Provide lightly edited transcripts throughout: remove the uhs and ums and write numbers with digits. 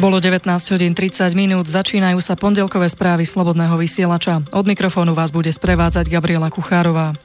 Bolo 19:30, začínajú sa pondelkové správy Slobodného vysielača. Od mikrofónu vás bude sprevádzať Gabriela Kuchárová.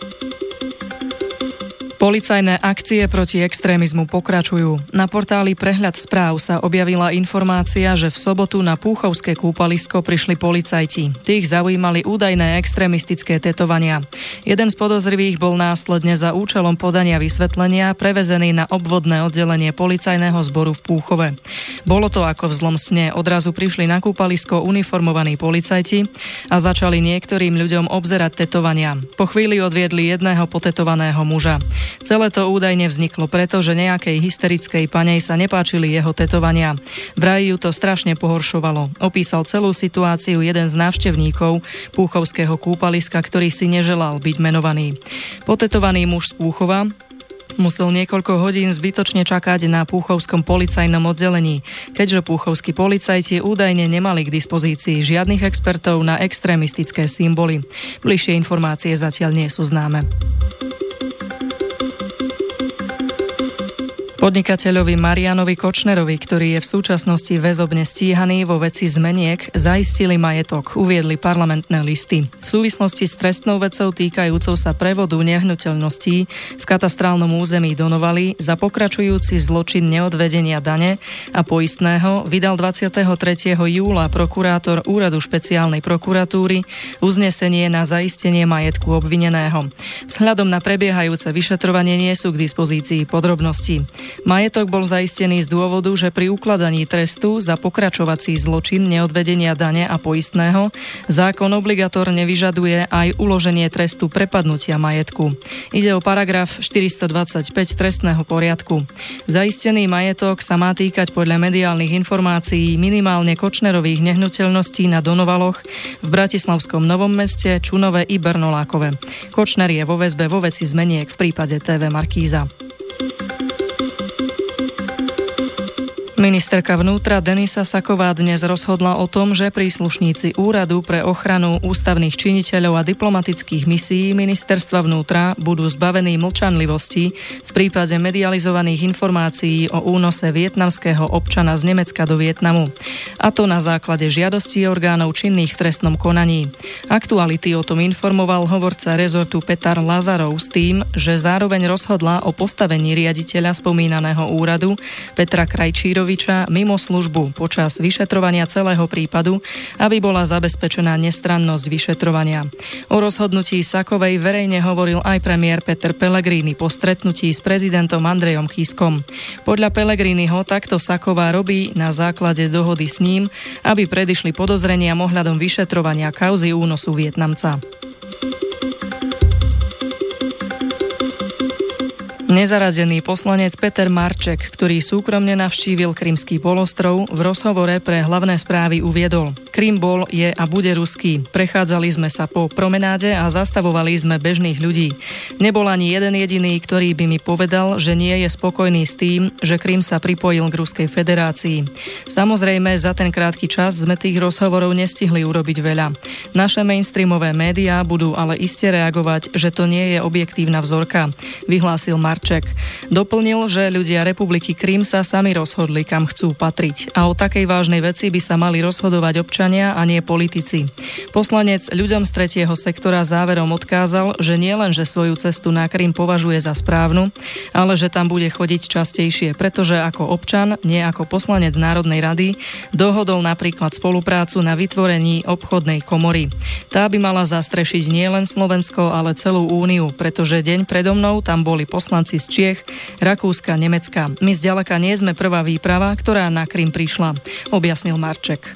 Policajné akcie proti extrémizmu pokračujú. Na portáli Prehľad správ sa objavila informácia, že v sobotu na Púchovské kúpalisko prišli policajti. Tých zaujímali údajné extrémistické tetovania. Jeden z podozrivých bol následne za účelom podania vysvetlenia prevezený na obvodné oddelenie policajného zboru v Púchove. Bolo to ako v zlom sne. Odrazu prišli na kúpalisko uniformovaní policajti a začali niektorým ľuďom obzerať tetovania. Po chvíli odviedli jedného potetovaného muža. Celé to údajne vzniklo preto, že nejakej hysterickej panej sa nepáčili jeho tetovania. Vraj ju to strašne pohoršovalo. Opísal celú situáciu jeden z návštevníkov Púchovského kúpaliska, ktorý si neželal byť menovaný. Potetovaný muž z Púchova musel niekoľko hodín zbytočne čakať na Púchovskom policajnom oddelení, keďže púchovskí policajti údajne nemali k dispozícii žiadnych expertov na extrémistické symboly. Bližšie informácie zatiaľ nie sú známe. Podnikateľovi Marianovi Kočnerovi, ktorý je v súčasnosti väzobne stíhaný vo veci zmeniek, zaistili majetok, uviedli Parlamentné listy. V súvislosti s trestnou vecou týkajúcou sa prevodu nehnuteľností v katastrálnom území Donovali za pokračujúci zločin neodvedenia dane a poistného vydal 23. júla prokurátor Úradu špeciálnej prokuratúry uznesenie na zaistenie majetku obvineného. Vzhľadom na prebiehajúce vyšetrovanie nie sú k dispozícii podrobnosti. Majetok bol zaistený z dôvodu, že pri ukladaní trestu za pokračovací zločin neodvedenia dane a poistného zákon obligatórne vyžaduje aj uloženie trestu prepadnutia majetku. Ide o paragraf 425 trestného poriadku. Zaistený majetok sa má týkať podľa mediálnych informácií minimálne Kočnerových nehnuteľností na Donovaloch, v Bratislavskom Novom Meste, Čunove i Bernolákove. Kočner je vo väzbe vo veci zmeniek v prípade TV Markíza. Ministerka vnútra Denisa Saková dnes rozhodla o tom, že príslušníci Úradu pre ochranu ústavných činiteľov a diplomatických misií Ministerstva vnútra budú zbavení mlčanlivosti v prípade medializovaných informácií o únose vietnamského občana z Nemecka do Vietnamu. A to na základe žiadosti orgánov činných v trestnom konaní. Aktuality o tom informoval hovorca rezortu Petar Lazarov s tým, že zároveň rozhodla o postavení riaditeľa spomínaného úradu Petra Krajčíroviča mimo službu počas vyšetrovania celého prípadu, aby bola zabezpečená nestrannosť vyšetrovania. O rozhodnutí Sakovej verejne hovoril aj premiér Peter Pellegrini po stretnutí s prezidentom Andrejom Kiskom. Podľa Pellegriniho takto Saková robí na základe dohody s ním, aby predišli podozreniam ohľadom vyšetrovania kauzy únosu Vietnamca. Nezaradený poslanec Peter Marček, ktorý súkromne navštívil Krymský polostrov, v rozhovore pre Hlavné správy uviedol: Krym bol, je a bude ruský. Prechádzali sme sa po promenáde a zastavovali sme bežných ľudí. Nebol ani jeden jediný, ktorý by mi povedal, že nie je spokojný s tým, že Krym sa pripojil k Ruskej federácii. Samozrejme, za ten krátky čas sme tých rozhovorov nestihli urobiť veľa. Naše mainstreamové médiá budú ale iste reagovať, že to nie je objektívna vzorka, vyhlásil Marček. Doplnil, že ľudia Republiky Krym sa sami rozhodli, kam chcú patriť, a o takej vážnej veci by sa mali rozhodovať občania a nie politici. Poslanec ľuďom z tretieho sektora záverom odkázal, že nie len, že svoju cestu na Krym považuje za správnu, ale že tam bude chodiť častejšie, pretože ako občan, nie ako poslanec Národnej rady, dohodol napríklad spoluprácu na vytvorení obchodnej komory. Tá by mala zastrešiť nielen Slovensko, ale celú Úniu, pretože deň predo mnou tam boli poslanci z Čiech, Rakúska, Nemecka. My zďaleka nie sme prvá výprava, ktorá na Krym prišla, objasnil Marček.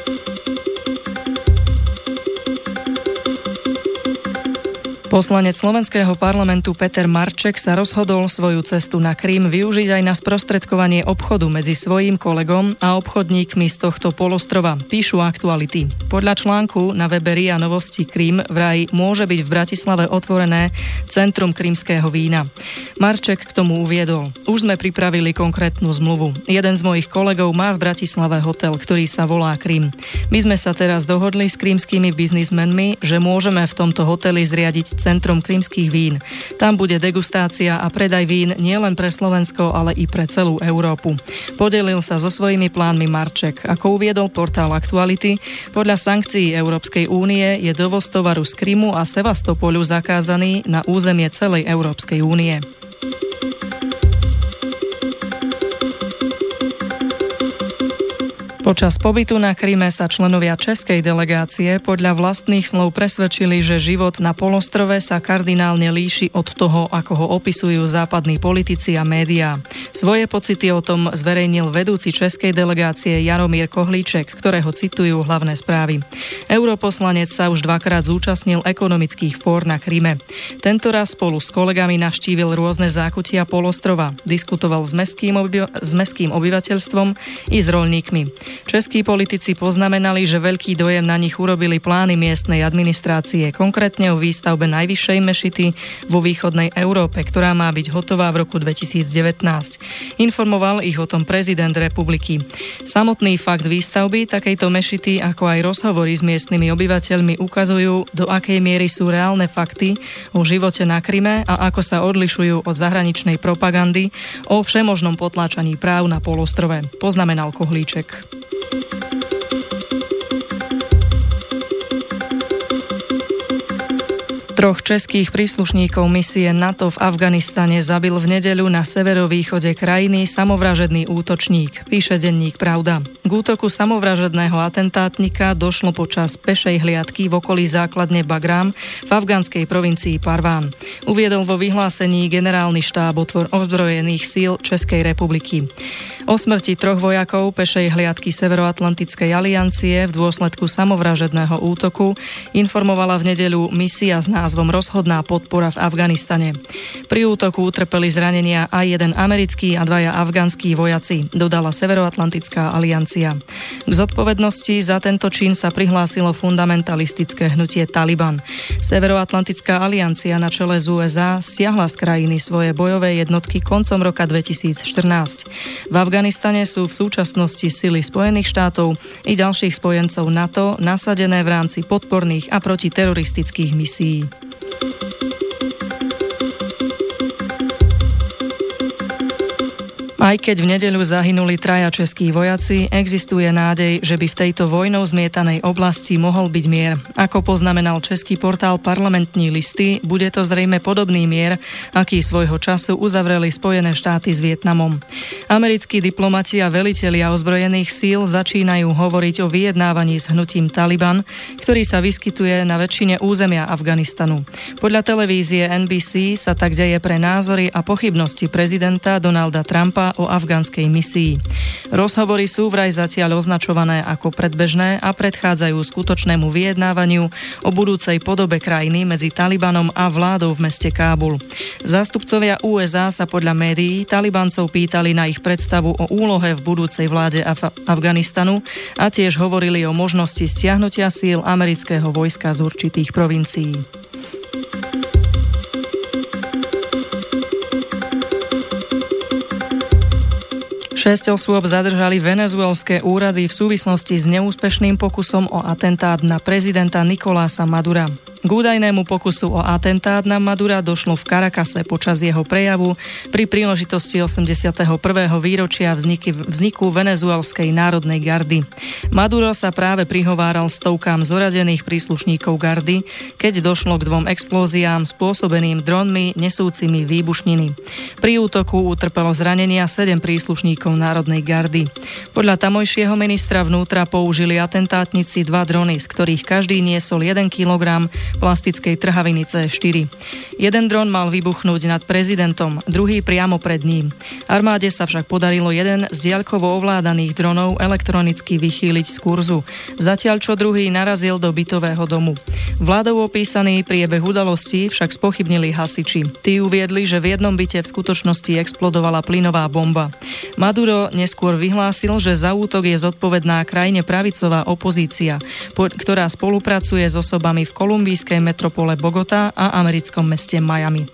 Poslanec slovenského parlamentu Peter Marček sa rozhodol svoju cestu na Krym využiť aj na sprostredkovanie obchodu medzi svojím kolegom a obchodníkmi z tohto polostrova, píšu Aktuality. Podľa článku na webe RIA Novosti Krym vraj môže byť v Bratislave otvorené Centrum krymského vína. Marček k tomu uviedol: Už sme pripravili konkrétnu zmluvu. Jeden z mojich kolegov má v Bratislave hotel, ktorý sa volá Krym. My sme sa teraz dohodli s krymskými biznismenmi, že môžeme v tomto hoteli zriadiť Centrum krymských vín. Tam bude degustácia a predaj vín nielen pre Slovensko, ale i pre celú Európu. Podelil sa so svojimi plánmi Marček. Ako uviedol portál Aktuality, podľa sankcií Európskej únie je dovoz tovaru z Krymu a Sevastopolu zakázaný na územie celej Európskej únie. Počas pobytu na Kryme sa členovia českej delegácie podľa vlastných slov presvedčili, že život na polostrove sa kardinálne líši od toho, ako ho opisujú západní politici a médiá. Svoje pocity o tom zverejnil vedúci českej delegácie Jaromír Kohlíček, ktorého citujú hlavné správy. Europoslanec sa už dvakrát zúčastnil ekonomických fór na Kryme. Tentoraz spolu s kolegami navštívil rôzne zákutia polostrova, diskutoval s mestským obyvateľstvom i s roľníkmi. Českí politici poznamenali, že veľký dojem na nich urobili plány miestnej administrácie, konkrétne o výstavbe najvyššej mešity vo východnej Európe, ktorá má byť hotová v roku 2019. Informoval ich o tom prezident republiky. Samotný fakt výstavby takejto mešity, ako aj rozhovory s miestnymi obyvateľmi ukazujú, do akej miery sú reálne fakty o živote na Kryme a ako sa odlišujú od zahraničnej propagandy o všemožnom potláčaní práv na polostrove, poznamenal Kohlíček. Troch českých príslušníkov misie NATO v Afganistane zabil v nedeľu na severovýchode krajiny samovražedný útočník, píše denník Pravda. K útoku samovražedného atentátnika došlo počas pešej hliadky v okolí základne Bagram v afganskej provincii Parván. Uviedol vo vyhlásení generálny štáb ozbrojených síl Českej republiky. O smrti troch vojakov pešej hliadky Severoatlantickej aliancie v dôsledku samovražedného útoku informovala v nedeľu misia s názvom Rozhodná podpora v Afganistane. Pri útoku utrpeli zranenia aj jeden americký a dvaja afganskí vojaci, dodala Severoatlantická aliancia. K zodpovednosti za tento čin sa prihlásilo fundamentalistické hnutie Taliban. Severoatlantická aliancia na čele z USA stiahla z krajiny svoje bojové jednotky koncom roka 2014. V Afganistane sú v súčasnosti sily Spojených štátov i ďalších spojencov NATO nasadené v rámci podporných a protiteroristických misií. Aj keď v nedeľu zahynuli traja českí vojaci, existuje nádej, že by v tejto vojnou zmietanej oblasti mohol byť mier. Ako poznamenal český portál Parlamentní listy, bude to zrejme podobný mier, aký svojho času uzavreli Spojené štáty s Vietnamom. Americkí diplomati a velitelia ozbrojených síl začínajú hovoriť o vyjednávaní s hnutím Taliban, ktorý sa vyskytuje na väčšine územia Afganistanu. Podľa televízie NBC sa tak deje pre názory a pochybnosti prezidenta Donalda Trumpa o afgánskej misii. Rozhovory sú vraj zatiaľ označované ako predbežné a predchádzajú skutočnému vyjednávaniu o budúcej podobe krajiny medzi Talibanom a vládou v meste Kábul. Zástupcovia USA sa podľa médií Talibancov pýtali na ich predstavu o úlohe v budúcej vláde Afganistanu a tiež hovorili o možnosti stiahnutia síl amerického vojska z určitých provincií. 6 osôb zadržali venezuelské úrady v súvislosti s neúspešným pokusom o atentát na prezidenta Nicolása Madura. K údajnému pokusu o atentát na Madura došlo v Caracase počas jeho prejavu pri príležitosti 81. výročia vzniku venezuelskej národnej gardy. Maduro sa práve prihováral stovkám zoradených príslušníkov gardy, keď došlo k 2 explóziám spôsobeným dronmi nesúcimi výbušniny. Pri útoku utrpelo zranenia 7 príslušníkov národnej gardy. Podľa tamojšieho ministra vnútra použili atentátnici 2 drony, z ktorých každý niesol 1 kilogram plastickej trhaviny C4. Jeden dron mal vybuchnúť nad prezidentom, druhý priamo pred ním. Armáde sa však podarilo jeden z diaľkovo ovládaných dronov elektronicky vychýliť z kurzu, zatiaľ čo druhý narazil do bytového domu. Vládou opísaný priebeh udalostí však spochybnili hasiči. Tí uviedli, že v jednom byte v skutočnosti explodovala plynová bomba. Maduro neskôr vyhlásil, že za útok je zodpovedná krajine pravicová opozícia, ktorá spolupracuje s osobami v kolumbijskej metropole Bogotá a americkom meste Miami.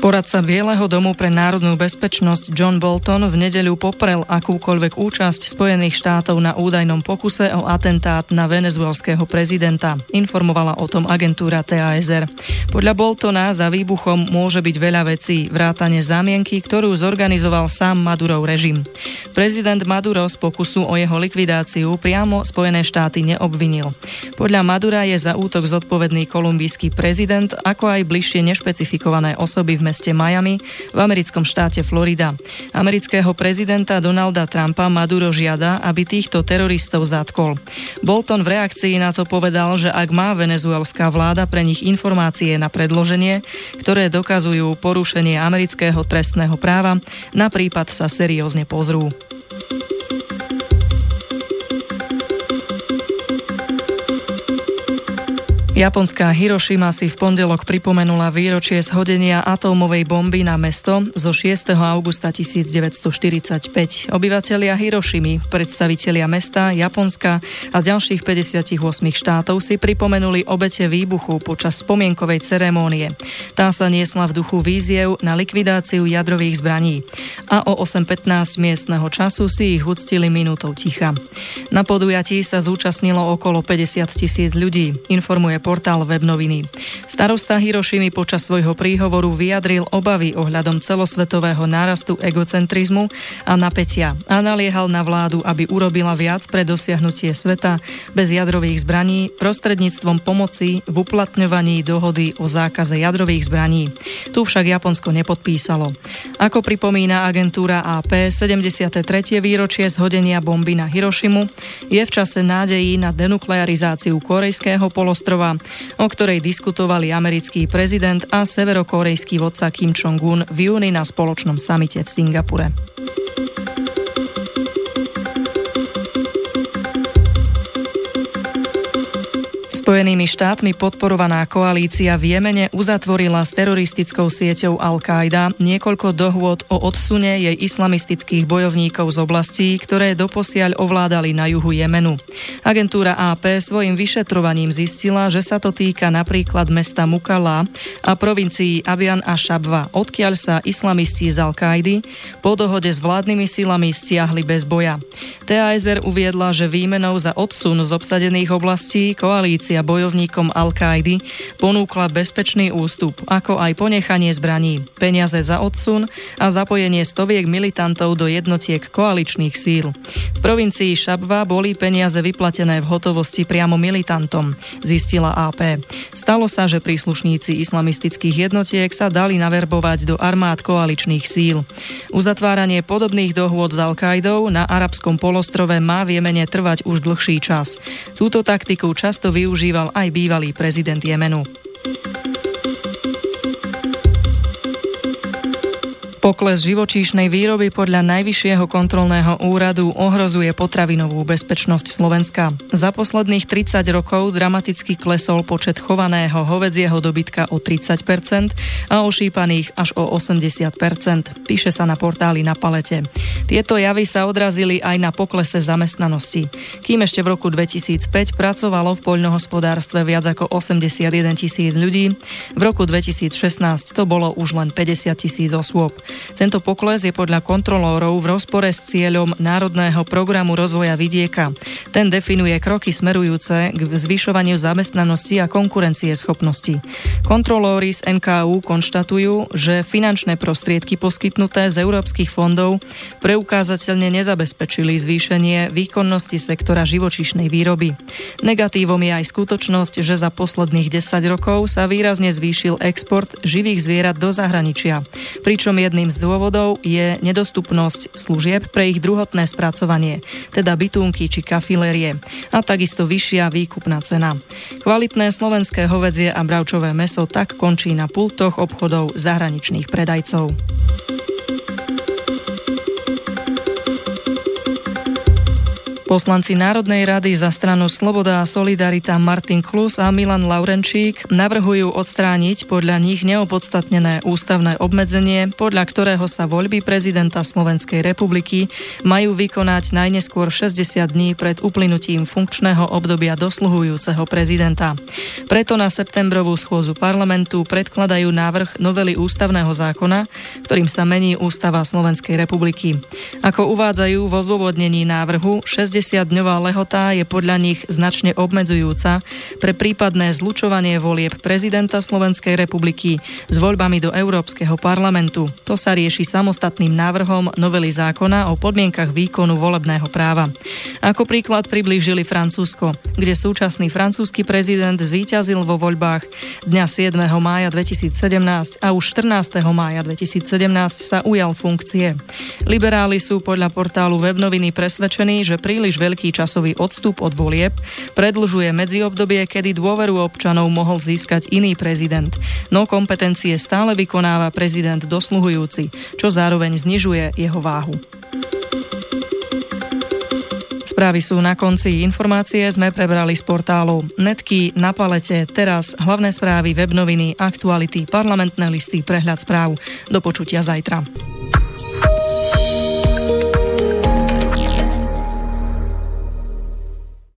Poradca Bieleho domu pre národnú bezpečnosť John Bolton v nedeľu poprel akúkoľvek účasť Spojených štátov na údajnom pokuse o atentát na venezuelského prezidenta. Informovala o tom agentúra TASR. Podľa Boltona za výbuchom môže byť veľa vecí, vrátane zámienky, ktorú zorganizoval sám Madurov režim. Prezident Maduro z pokusu o jeho likvidáciu priamo Spojené štáty neobvinil. Podľa Madura je za útok zodpovedný kolumbijský prezident, ako aj bližšie nešpecifikované osoby v meste Miami v americkom štáte Florida. Amerického prezidenta Donalda Trumpa Maduro žiada, aby týchto teroristov zatkol. Bolton v reakcii na to povedal, že ak má venezuelská vláda pre nich informácie na predloženie, ktoré dokazujú porušenie amerického trestného práva, na prípad sa seriózne pozrú. Japonská Hirošima si v pondelok pripomenula výročie zhodenia atómovej bomby na mesto zo 6. augusta 1945. Obyvatelia Hirošimy, predstavitelia mesta, Japonska a ďalších 58 štátov si pripomenuli obete výbuchu počas spomienkovej ceremónie. Tá sa niesla v duchu víziev na likvidáciu jadrových zbraní. A o 8:15 miestneho času si ich uctili minútou ticha. Na podujatí sa zúčastnilo okolo 50 000 ľudí, informuje portál Webnoviny. Starosta Hirošimy počas svojho príhovoru vyjadril obavy ohľadom celosvetového nárastu egocentrizmu a napätia a naliehal na vládu, aby urobila viac pre dosiahnutie sveta bez jadrových zbraní prostredníctvom pomoci v uplatňovaní dohody o zákaze jadrových zbraní. Tu však Japonsko nepodpísalo. Ako pripomína agentúra AP, 73. výročie zhodenia bomby na Hirošimu je v čase nádejí na denuklearizáciu Kórejského polostrova, o ktorej diskutovali americký prezident a severokórejský vodca Kim Jong-un v júni na spoločnom samite v Singapure. Spojenými štátmi podporovaná koalícia v Jemene uzatvorila s teroristickou sieťou Al-Qaida niekoľko dohôd o odsune jej islamistických bojovníkov z oblastí, ktoré doposiaľ ovládali na juhu Jemenu. Agentúra AP svojim vyšetrovaním zistila, že sa to týka napríklad mesta Mukalla a provincií Abyan a Šabva, odkiaľ sa islamisti z Al-Kaidy po dohode s vládnymi silami stiahli bez boja. TASR uviedla, že výmenou za odsun z obsadených oblastí koalícia bojovníkom Al-Kaidy ponúkla bezpečný ústup, ako aj ponechanie zbraní, peniaze za odsun a zapojenie stoviek militantov do jednotiek koaličných síl. V provincii Šabva boli peniaze vyplatené v hotovosti priamo militantom, zistila AP. Stalo sa, že príslušníci islamistických jednotiek sa dali naverbovať do armád koaličných síl. Uzatváranie podobných dohôd s Al-Kaidou na arabskom polostrove má v Jemene trvať už dlhší čas. Túto taktiku často využíval aj bývalý prezident Jemenu. Pokles živočíšnej výroby podľa Najvyššieho kontrolného úradu ohrozuje potravinovú bezpečnosť Slovenska. Za posledných 30 rokov dramaticky klesol počet chovaného hovädzieho dobytka o 30% a ošípaných až o 80%, píše sa na portáli Na palete. Tieto javy sa odrazili aj na poklese zamestnanosti. Kým ešte v roku 2005 pracovalo v poľnohospodárstve viac ako 81 000 ľudí, v roku 2016 to bolo už len 50 000 osôb. Tento pokles je podľa kontrolórov v rozpore s cieľom Národného programu rozvoja vidieka. Ten definuje kroky smerujúce k zvyšovaniu zamestnanosti a konkurencieschopnosti. Kontrolóri z NKÚ konštatujú, že finančné prostriedky poskytnuté z európskych fondov preukázateľne nezabezpečili zvýšenie výkonnosti sektora živočíšnej výroby. Negatívom je aj skutočnosť, že za posledných 10 rokov sa výrazne zvýšil export živých zvierat do zahraničia, pričom jedným z dôvodov je nedostupnosť služieb pre ich druhotné spracovanie, teda bytunky či kafilérie, a takisto vyššia výkupná cena. Kvalitné slovenské hovädzie a bravčové mäso tak končí na pultoch obchodov zahraničných predajcov. Poslanci Národnej rady za stranu Sloboda a Solidarita Martin Klus a Milan Laurenčík navrhujú odstrániť podľa nich neopodstatnené ústavné obmedzenie, podľa ktorého sa voľby prezidenta Slovenskej republiky majú vykonať najneskôr 60 dní pred uplynutím funkčného obdobia dosluhujúceho prezidenta. Preto na septembrovú schôdzu parlamentu predkladajú návrh novely ústavného zákona, ktorým sa mení ústava Slovenskej republiky. Ako uvádzajú vo dôvodnení návrhu, 60-dňová lehotá je podľa nich značne obmedzujúca pre prípadné zlučovanie volieb prezidenta Slovenskej republiky s voľbami do Európskeho parlamentu. To sa rieši samostatným návrhom novely zákona o podmienkach výkonu volebného práva. Ako príklad priblížili Francúzsko, kde súčasný francúzsky prezident zvíťazil vo voľbách dňa 7. mája 2017 a už 14. mája 2017 sa ujal funkcie. Liberáli sú podľa portálu Webnoviny presvedčení, že príliš veľký časový odstup od volieb predĺžuje medziobdobie, kedy dôveru občanov mohol získať iný prezident. No kompetencie stále vykonáva prezident dosluhujúci, čo zároveň znižuje jeho váhu. Správy sú na konci. Informácie sme prebrali z portálov Netky, Na palete, Teraz, Hlavné správy, Webnoviny, Aktuality, Parlamentné listy, Prehľad správ. Do počutia zajtra.